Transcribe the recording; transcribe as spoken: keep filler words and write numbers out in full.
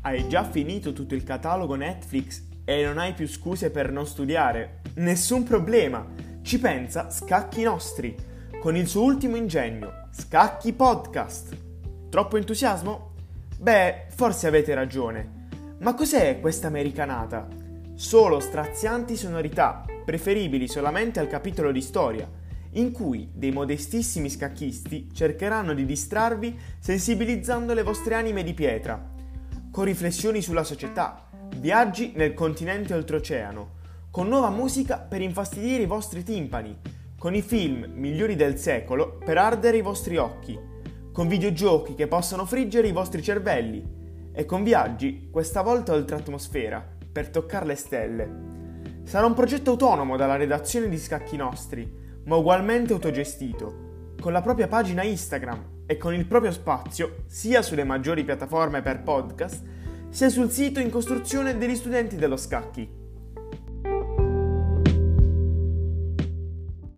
Hai già finito tutto il catalogo Netflix e non hai più scuse per non studiare? Nessun problema! Ci pensa Scacchi Nostri, con il suo ultimo ingegno, Scacchi Podcast. Troppo entusiasmo? Beh, forse avete ragione. Ma cos'è questa americanata? Solo strazianti sonorità, preferibili solamente al capitolo di storia, in cui dei modestissimi scacchisti cercheranno di distrarvi sensibilizzando le vostre anime di pietra, con riflessioni sulla società, viaggi nel continente oltreoceano, con nuova musica per infastidire i vostri timpani, con i film migliori del secolo per ardere i vostri occhi, con videogiochi che possono friggere i vostri cervelli e con viaggi, questa volta oltre atmosfera, per toccare le stelle. Sarà un progetto autonomo dalla redazione di Scacchi Nostri, ma ugualmente autogestito, con la propria pagina Instagram e con il proprio spazio sia sulle maggiori piattaforme per podcast, sia sul sito in costruzione degli studenti dello Scacchi.